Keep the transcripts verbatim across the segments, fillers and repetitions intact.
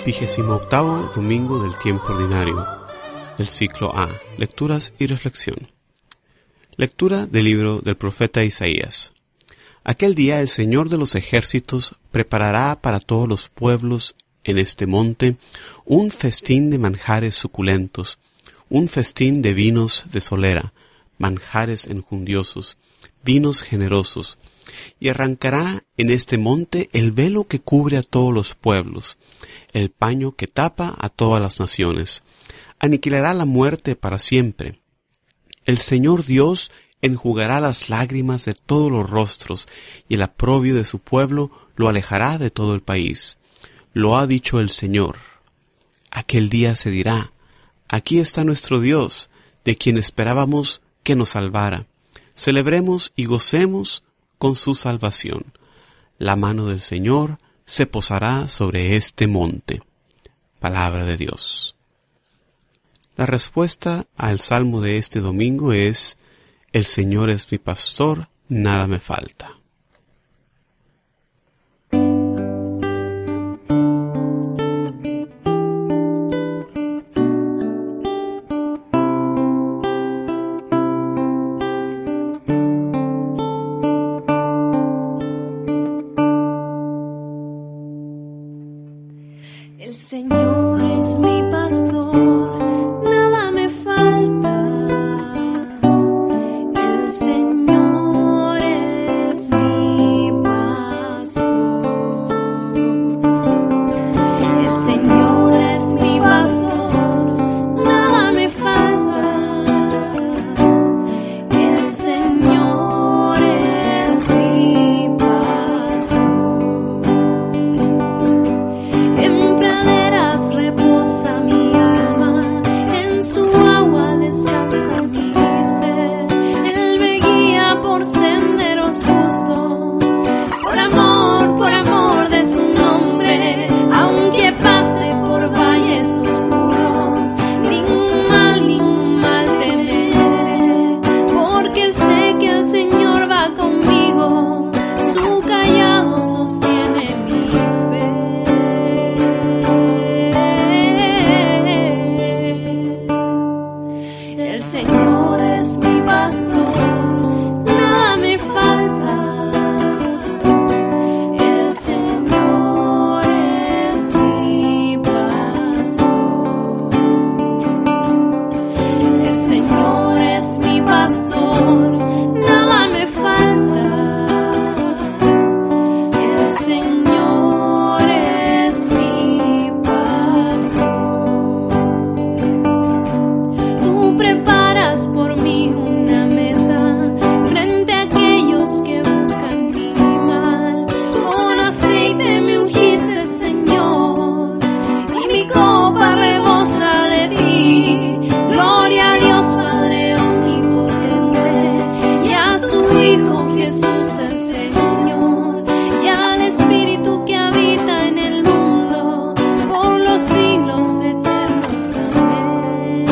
Vigésimo octavo domingo del tiempo ordinario del ciclo A. Lecturas y reflexión. Lectura del libro del profeta Isaías. Aquel día el Señor de los ejércitos preparará para todos los pueblos en este monte un festín de manjares suculentos, un festín de vinos de solera, manjares enjundiosos, vinos generosos, y arrancará en este monte el velo que cubre a todos los pueblos, el paño que tapa a todas las naciones. Aniquilará la muerte para siempre. El Señor Dios enjugará las lágrimas de todos los rostros, y el oprobio de su pueblo lo alejará de todo el país. Lo ha dicho el Señor. Aquel día se dirá: aquí está nuestro Dios, de quien esperábamos que nos salvara. Celebremos y gocemos con su salvación. La mano del Señor se posará sobre este monte. Palabra de Dios. La respuesta al salmo de este domingo es: el Señor es mi pastor, nada me falta. El Señor es mi pastor, nada me falta. El Señor es mi pastor. El Señor es mi pastor, nada me falta. El Señor es mi pastor. En praderas reposa mi alma, en su agua descansa mi sed. Él me guía por senderos justos, por amor, por amor de su nombre. Aunque pase por valles oscuros, ningún mal, ningún mal temeré, porque sé que el Señor va conmigo, su callado sostiene mi fe. El Señor es mi pastor, nada me falta. El Señor es mi pastor. El Señor es mi pastor, nada me falta. El Señor es mi pastor. Tú preparas por mí una mesa frente a aquellos que buscan mi mal. Con aceite me ungiste, Señor, y mi copa rebosa de ti. Gloria a Dios Padre omnipotente, y a su Hijo Jesús el Señor, y al Espíritu que habita en el mundo por los siglos eternos. Amén.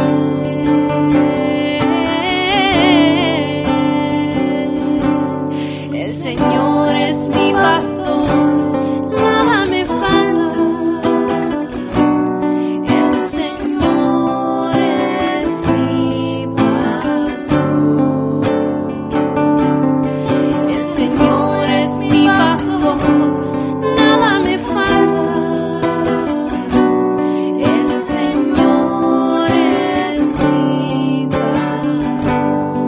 El Señor es mi pastor, nada me falta. El Señor es mi pastor. El Señor es mi pastor, nada me falta. El Señor es mi pastor.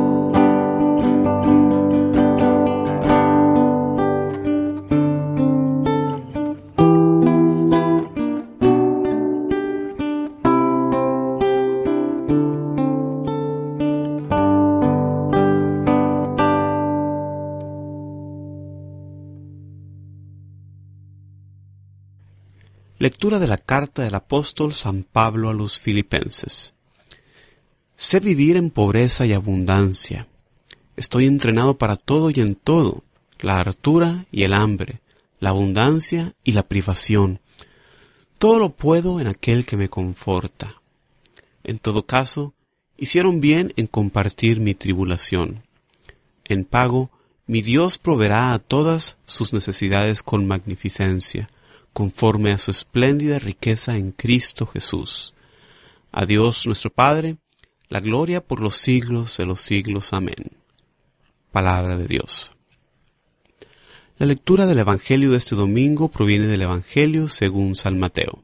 Lectura de la carta del apóstol San Pablo a los Filipenses. Sé vivir en pobreza y abundancia. Estoy entrenado para todo y en todo, la hartura y el hambre, la abundancia y la privación. Todo lo puedo en aquel que me conforta. En todo caso, hicieron bien en compartir mi tribulación. En pago, mi Dios proveerá a todas sus necesidades con magnificencia, conforme a su espléndida riqueza en Cristo Jesús. A Dios nuestro Padre, la gloria por los siglos de los siglos. Amén. Palabra de Dios. La lectura del Evangelio de este domingo proviene del Evangelio según San Mateo.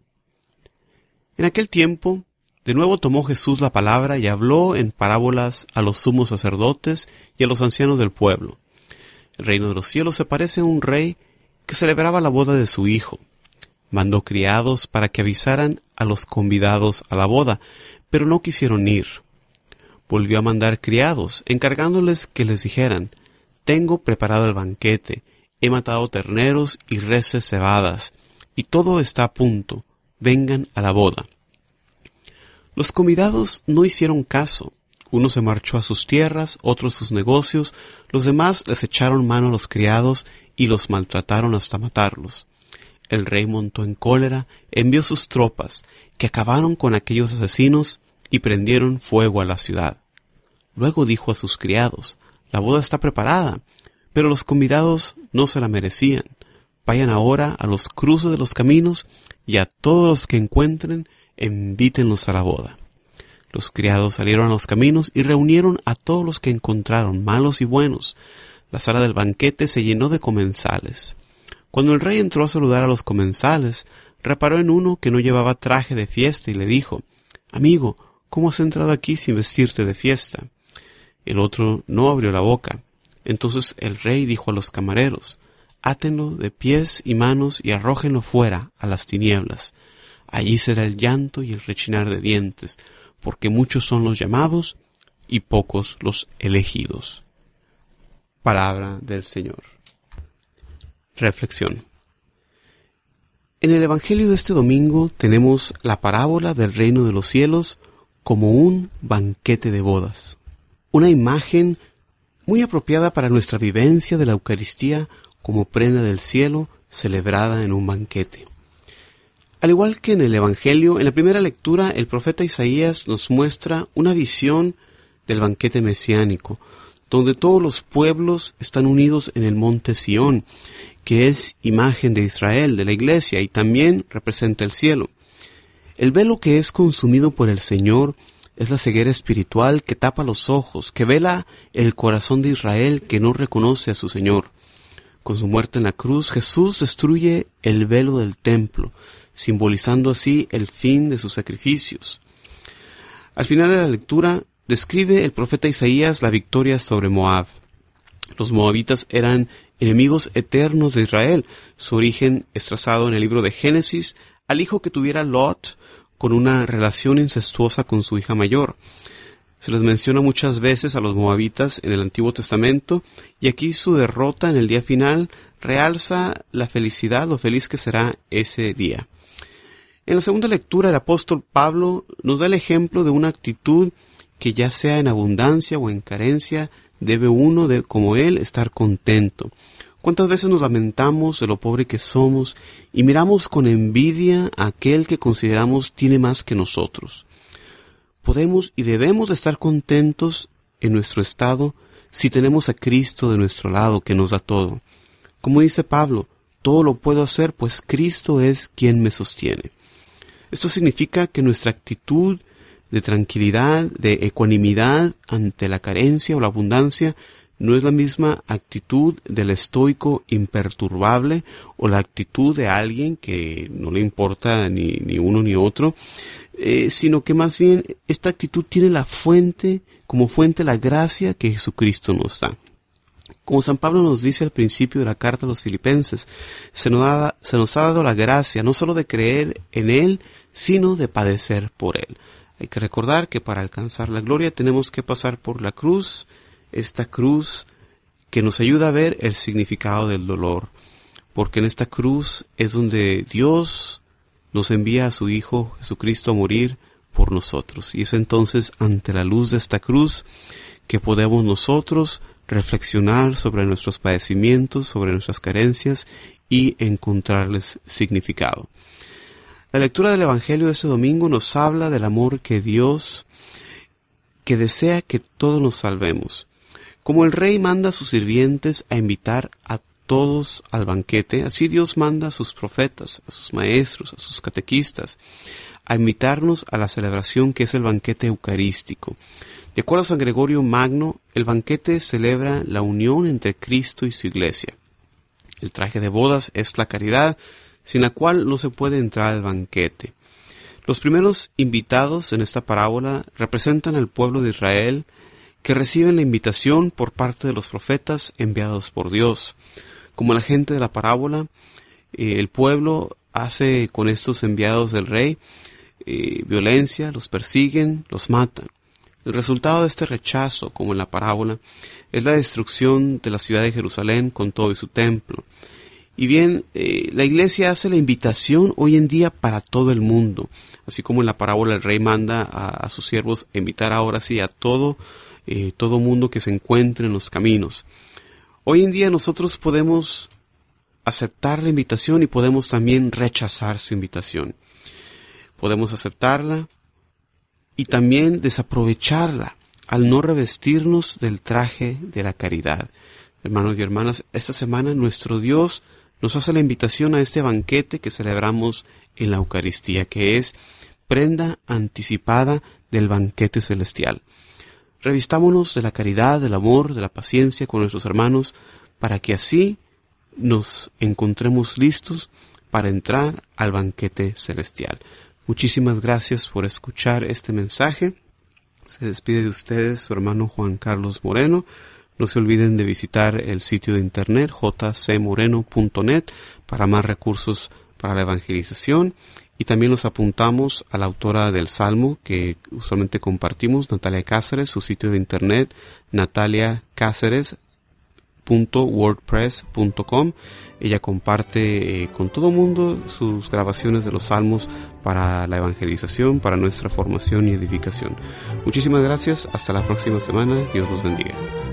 En aquel tiempo, de nuevo tomó Jesús la palabra y habló en parábolas a los sumos sacerdotes y a los ancianos del pueblo. El reino de los cielos se parece a un rey que celebraba la boda de su hijo. Mandó criados para que avisaran a los convidados a la boda, pero no quisieron ir. Volvió a mandar criados, encargándoles que les dijeran: «Tengo preparado el banquete, he matado terneros y reses cebadas, y todo está a punto, vengan a la boda». Los convidados no hicieron caso. Uno se marchó a sus tierras, otro a sus negocios, los demás les echaron mano a los criados y los maltrataron hasta matarlos. El rey montó en cólera, envió sus tropas, que acabaron con aquellos asesinos y prendieron fuego a la ciudad. Luego dijo a sus criados: «La boda está preparada, pero los convidados no se la merecían. Vayan ahora a los cruces de los caminos y a todos los que encuentren, invítenlos a la boda». Los criados salieron a los caminos y reunieron a todos los que encontraron, malos y buenos. La sala del banquete se llenó de comensales. Cuando el rey entró a saludar a los comensales, reparó en uno que no llevaba traje de fiesta y le dijo: «Amigo, ¿cómo has entrado aquí sin vestirte de fiesta?». El otro no abrió la boca. Entonces el rey dijo a los camareros: «Átenlo de pies y manos y arrójenlo fuera a las tinieblas. Allí será el llanto y el rechinar de dientes, porque muchos son los llamados y pocos los elegidos». Palabra del Señor. Reflexión. En el Evangelio de este domingo tenemos la parábola del reino de los cielos como un banquete de bodas. Una imagen muy apropiada para nuestra vivencia de la Eucaristía como prenda del cielo celebrada en un banquete. Al igual que en el Evangelio, en la primera lectura el profeta Isaías nos muestra una visión del banquete mesiánico, donde todos los pueblos están unidos en el monte Sión, que es imagen de Israel, de la Iglesia, y también representa el cielo. El velo que es consumido por el Señor es la ceguera espiritual que tapa los ojos, que vela el corazón de Israel que no reconoce a su Señor. Con su muerte en la cruz, Jesús destruye el velo del templo, simbolizando así el fin de sus sacrificios. Al final de la lectura, describe el profeta Isaías la victoria sobre Moab. Los moabitas eran enemigos eternos de Israel. Su origen es trazado en el libro de Génesis al hijo que tuviera Lot con una relación incestuosa con su hija mayor. Se les menciona muchas veces a los moabitas en el Antiguo Testamento, y aquí su derrota en el día final realza la felicidad, lo feliz que será ese día. En la segunda lectura, el apóstol Pablo nos da el ejemplo de una actitud que, ya sea en abundancia o en carencia, debe uno, de, como él, estar contento. ¿Cuántas veces nos lamentamos de lo pobre que somos y miramos con envidia a aquel que consideramos tiene más que nosotros? Podemos y debemos estar contentos en nuestro estado si tenemos a Cristo de nuestro lado, que nos da todo. Como dice Pablo: «Todo lo puedo hacer, pues Cristo es quien me sostiene». Esto significa que nuestra actitud de tranquilidad, de ecuanimidad ante la carencia o la abundancia, no es la misma actitud del estoico imperturbable o la actitud de alguien que no le importa ni, ni uno ni otro, eh, sino que más bien esta actitud tiene la fuente, como fuente la gracia que Jesucristo nos da. Como San Pablo nos dice al principio de la carta a los Filipenses, se nos, ha, se nos ha dado la gracia no solo de creer en Él, sino de padecer por Él. Hay que recordar que para alcanzar la gloria tenemos que pasar por la cruz, esta cruz que nos ayuda a ver el significado del dolor, porque en esta cruz es donde Dios nos envía a su Hijo Jesucristo a morir por nosotros. Y es entonces ante la luz de esta cruz que podemos nosotros reflexionar sobre nuestros padecimientos, sobre nuestras carencias y encontrarles significado. La lectura del Evangelio de este domingo nos habla del amor que Dios, que desea que todos nos salvemos. Como el rey manda a sus sirvientes a invitar a todos al banquete. Así Dios manda a sus profetas, a sus maestros, a sus catequistas, a invitarnos a la celebración que es el banquete eucarístico. De acuerdo a San Gregorio Magno, el banquete celebra la unión entre Cristo y su iglesia. El traje de bodas es la caridad, sin la cual no se puede entrar al banquete. Los primeros invitados en esta parábola representan al pueblo de Israel, que reciben la invitación por parte de los profetas enviados por Dios. Como la gente de la parábola, eh, el pueblo hace con estos enviados del rey eh, violencia, los persiguen, los matan. El resultado de este rechazo, como en la parábola, es la destrucción de la ciudad de Jerusalén con todo y su templo. Y bien, eh, la iglesia hace la invitación hoy en día para todo el mundo. Así como en la parábola el rey manda a, a sus siervos a invitar ahora sí a todo, eh, todo mundo que se encuentre en los caminos. Hoy en día nosotros podemos aceptar la invitación y podemos también rechazar su invitación. Podemos aceptarla y también desaprovecharla al no revestirnos del traje de la caridad. Hermanos y hermanas, esta semana nuestro Dios nos hace la invitación a este banquete que celebramos en la Eucaristía, que es prenda anticipada del banquete celestial. Revistámonos de la caridad, del amor, de la paciencia con nuestros hermanos, para que así nos encontremos listos para entrar al banquete celestial. Muchísimas gracias por escuchar este mensaje. Se despide de ustedes su hermano Juan Carlos Moreno. No se olviden de visitar el sitio de internet j c moreno punto net para más recursos para la evangelización. Y también los apuntamos a la autora del Salmo que usualmente compartimos, Natalia Cáceres, su sitio de internet natalia cáceres punto wordpress punto com. Ella comparte eh, con todo mundo sus grabaciones de los salmos para la evangelización, para nuestra formación y edificación. Muchísimas gracias, hasta la próxima semana, Dios los bendiga.